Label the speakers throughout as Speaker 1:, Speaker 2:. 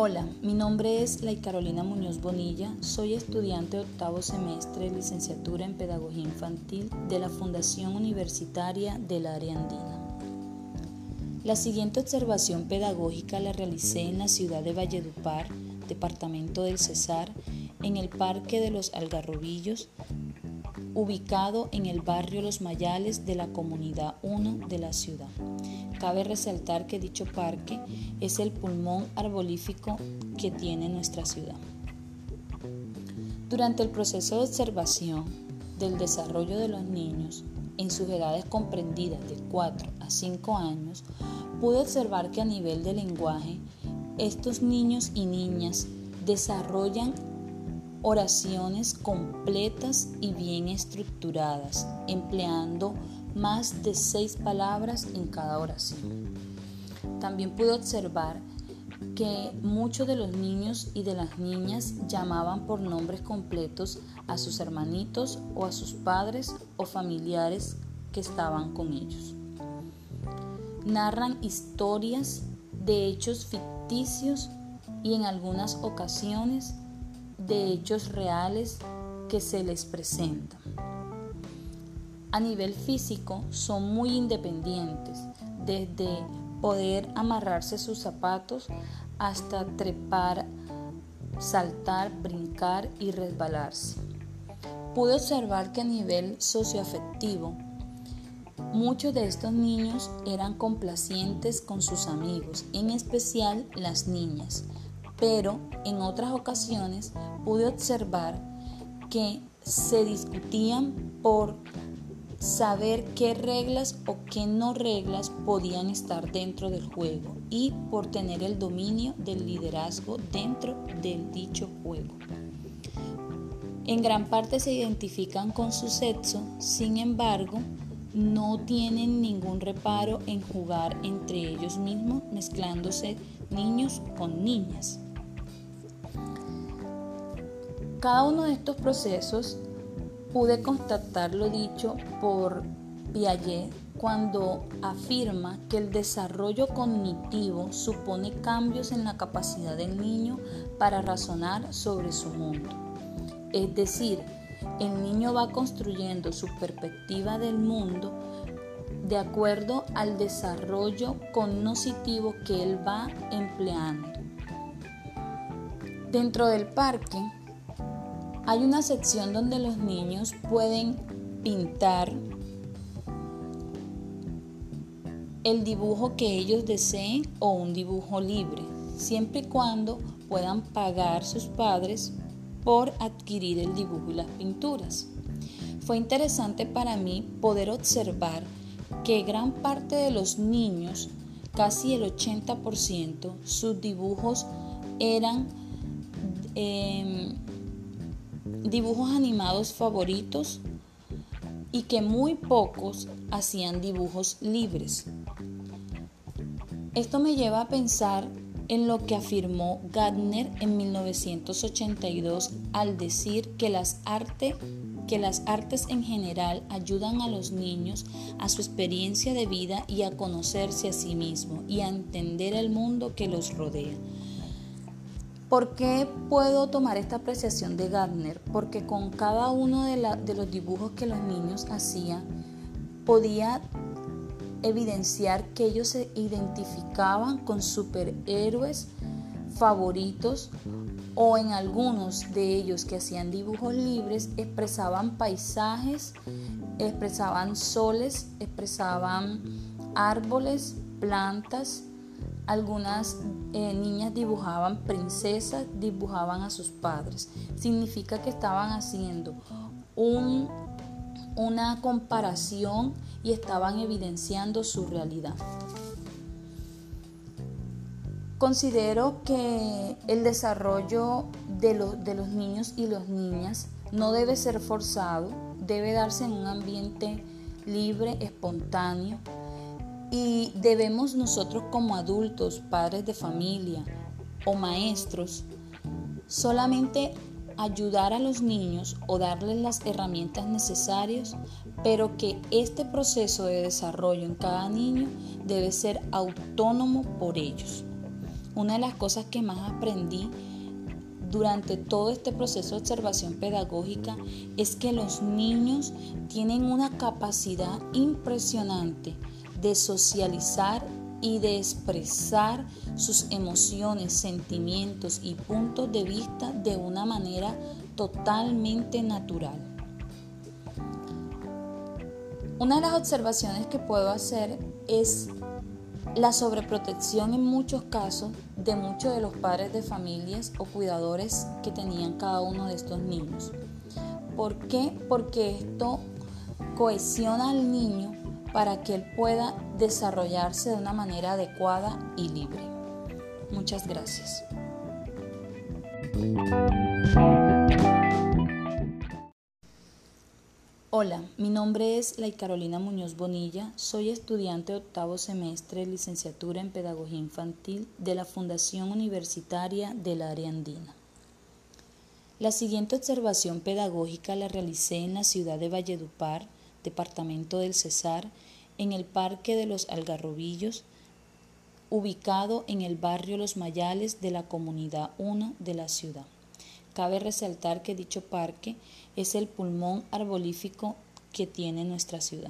Speaker 1: Hola, mi nombre es Lay Carolina Muñoz Bonilla, soy estudiante de octavo semestre de licenciatura en Pedagogía Infantil de la Fundación Universitaria del Área Andina. La siguiente observación pedagógica la realicé en la ciudad de Valledupar, departamento del Cesar, en el Parque de los Algarrobillos, ubicado en el barrio Los Mayales de la Comunidad 1 de la ciudad. Cabe resaltar que dicho parque es el pulmón arbolífico que tiene nuestra ciudad. Durante el proceso de observación del desarrollo de los niños en sus edades comprendidas de 4 a 5 años, pude observar que a nivel de lenguaje, estos niños y niñas desarrollan oraciones completas y bien estructuradas, empleando más de 6 palabras en cada oración. También pude observar que muchos de los niños y de las niñas llamaban por nombres completos a sus hermanitos o a sus padres o familiares que estaban con ellos. Narran historias de hechos ficticios y en algunas ocasiones de hechos reales que se les presentan. A nivel físico son muy independientes, desde poder amarrarse sus zapatos hasta trepar, saltar, brincar y resbalarse. Pude observar que a nivel socioafectivo, muchos de estos niños eran complacientes con sus amigos, en especial las niñas, pero en otras ocasiones pude observar que se discutían por saber qué reglas o qué no reglas podían estar dentro del juego y por tener el dominio del liderazgo dentro del dicho juego. En gran parte se identifican con su sexo, sin embargo, no tienen ningún reparo en jugar entre ellos mismos, mezclándose niños con niñas. Cada uno de estos procesos pude constatar lo dicho por Piaget cuando afirma que el desarrollo cognitivo supone cambios en la capacidad del niño para razonar sobre su mundo. Es decir, el niño va construyendo su perspectiva del mundo de acuerdo al desarrollo cognitivo que él va empleando. Dentro del parque hay una sección donde los niños pueden pintar el dibujo que ellos deseen o un dibujo libre, siempre y cuando puedan pagar sus padres por adquirir el dibujo y las pinturas. Fue interesante para mí poder observar que gran parte de los niños, casi el 80%, sus dibujos eran dibujos animados favoritos y que muy pocos hacían dibujos libres. Esto me lleva a pensar en lo que afirmó Gardner en 1982 al decir que las artes en general ayudan a los niños a su experiencia de vida y a conocerse a sí mismos y a entender el mundo que los rodea. ¿Por qué puedo tomar esta apreciación de Gardner? Porque con cada uno de los dibujos que los niños hacían, podía evidenciar que ellos se identificaban con superhéroes favoritos o en algunos de ellos que hacían dibujos libres expresaban paisajes, expresaban soles, expresaban árboles, plantas. Algunas niñas dibujaban princesas, dibujaban a sus padres. Significa que estaban haciendo una comparación y estaban evidenciando su realidad. Considero que el desarrollo de los niños y las niñas no debe ser forzado, debe darse en un ambiente libre, espontáneo. Y debemos nosotros como adultos, padres de familia o maestros, solamente ayudar a los niños o darles las herramientas necesarias, pero que este proceso de desarrollo en cada niño debe ser autónomo por ellos. una de las cosas que más aprendí durante todo este proceso de observación pedagógica es que los niños tienen una capacidad impresionante de socializar y de expresar sus emociones, sentimientos y puntos de vista de una manera totalmente natural. Una de las observaciones que puedo hacer es la sobreprotección en muchos casos de muchos de los padres de familias o cuidadores que tenían cada uno de estos niños. ¿Por qué? Porque esto cohesiona al niño para que él pueda desarrollarse de una manera adecuada y libre. Muchas gracias. Hola, mi nombre es Lay Carolina Muñoz Bonilla, soy estudiante de octavo semestre de licenciatura en Pedagogía Infantil de la Fundación Universitaria del Área Andina. La siguiente observación pedagógica la realicé en la ciudad de Valledupar, departamento del Cesar, en el Parque de los Algarrobillos, ubicado en el barrio Los Mayales de la Comunidad 1 de la ciudad. Cabe resaltar que dicho parque es el pulmón arbolífico que tiene nuestra ciudad.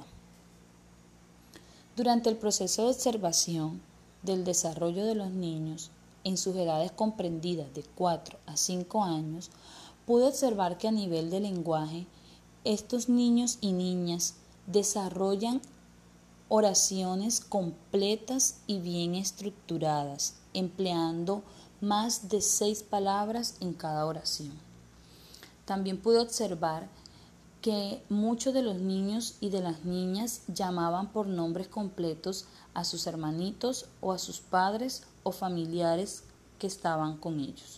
Speaker 1: Durante el proceso de observación del desarrollo de los niños en sus edades comprendidas de 4 a 5 años, pude observar que a nivel de lenguaje, estos niños y niñas desarrollan oraciones completas y bien estructuradas, empleando más de 6 palabras en cada oración. También pude observar que muchos de los niños y de las niñas llamaban por nombres completos a sus hermanitos o a sus padres o familiares que estaban con ellos.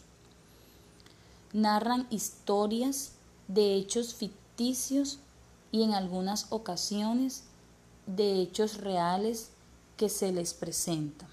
Speaker 1: Narran historias de hechos ficticios y en algunas ocasiones de hechos reales que se les presentan.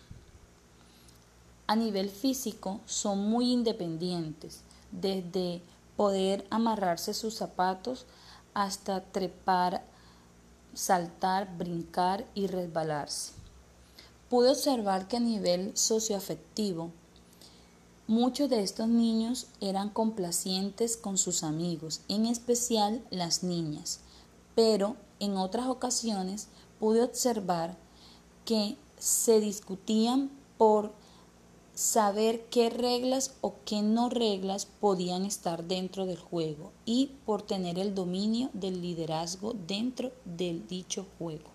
Speaker 1: A nivel físico son muy independientes, desde poder amarrarse sus zapatos hasta trepar, saltar, brincar y resbalarse. Pude observar que a nivel socioafectivo, muchos de estos niños eran complacientes con sus amigos, en especial las niñas, pero en otras ocasiones pude observar que se discutían por saber qué reglas o qué no reglas podían estar dentro del juego y por tener el dominio del liderazgo dentro del dicho juego.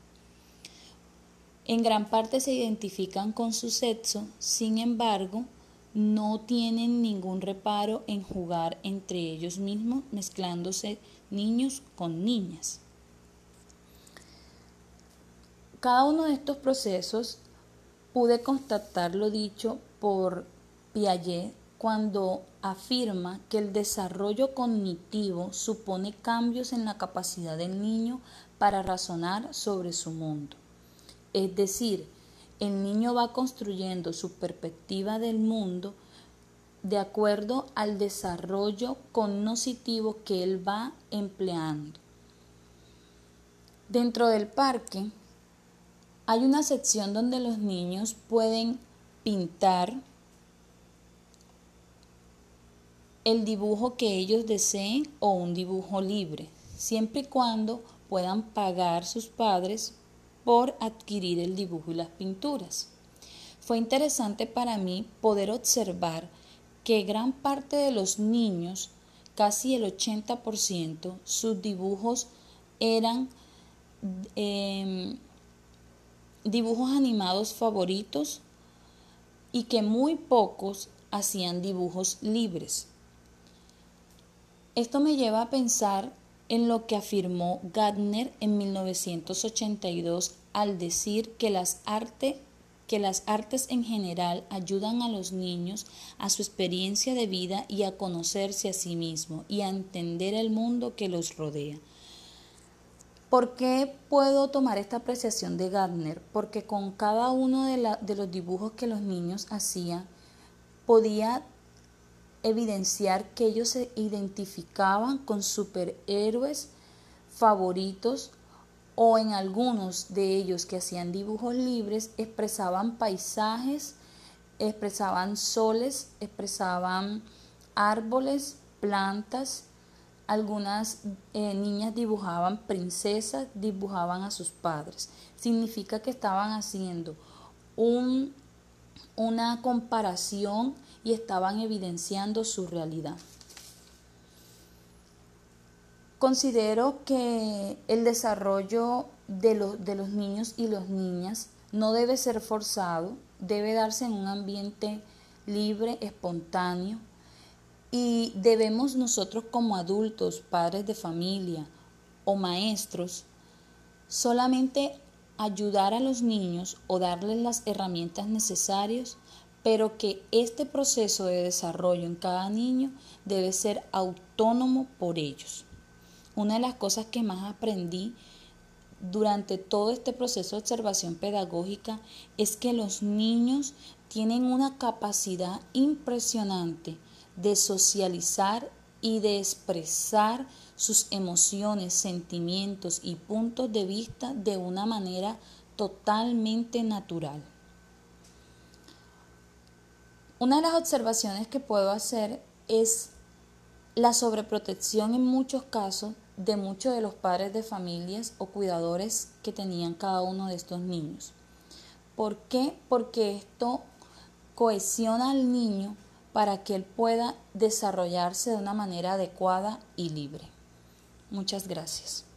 Speaker 1: En gran parte se identifican con su sexo, sin embargo, no tienen ningún reparo en jugar entre ellos mismos, mezclándose niños con niñas. Cada uno de estos procesos pude constatar lo dicho por Piaget cuando afirma que el desarrollo cognitivo supone cambios en la capacidad del niño para razonar sobre su mundo. Es decir, el niño va construyendo su perspectiva del mundo de acuerdo al desarrollo cognitivo que él va empleando. Dentro del parque hay una sección donde los niños pueden pintar el dibujo que ellos deseen o un dibujo libre, siempre y cuando puedan pagar sus padres por adquirir el dibujo y las pinturas. Fue interesante para mí poder observar que gran parte de los niños, casi el 80%, sus dibujos eran dibujos animados favoritos y que muy pocos hacían dibujos libres. Esto me lleva a pensar en lo que afirmó Gardner en 1982 al decir que las artes en general ayudan a los niños a su experiencia de vida y a conocerse a sí mismos y a entender el mundo que los rodea. ¿Por qué puedo tomar esta apreciación de Gardner? Porque con cada uno de los dibujos que los niños hacían, podía evidenciar que ellos se identificaban con superhéroes favoritos o en algunos de ellos que hacían dibujos libres expresaban paisajes expresaban soles, expresaban árboles, plantas. Algunas niñas dibujaban princesas, dibujaban a sus padres. Significa que estaban haciendo una comparación y estaban evidenciando su realidad. Considero que el desarrollo de los niños y las niñas no debe ser forzado, debe darse en un ambiente libre, espontáneo, y debemos nosotros como adultos, padres de familia o maestros, solamente ayudar a los niños o darles las herramientas necesarias, pero que este proceso de desarrollo en cada niño debe ser autónomo por ellos. Una de las cosas que más aprendí durante todo este proceso de observación pedagógica es que los niños tienen una capacidad impresionante de socializar y de expresar sus emociones, sentimientos y puntos de vista de una manera totalmente natural. Una de las observaciones que puedo hacer es la sobreprotección en muchos casos de muchos de los padres de familias o cuidadores que tenían cada uno de estos niños. ¿Por qué? Porque esto cohesiona al niño para que él pueda desarrollarse de una manera adecuada y libre. Muchas gracias.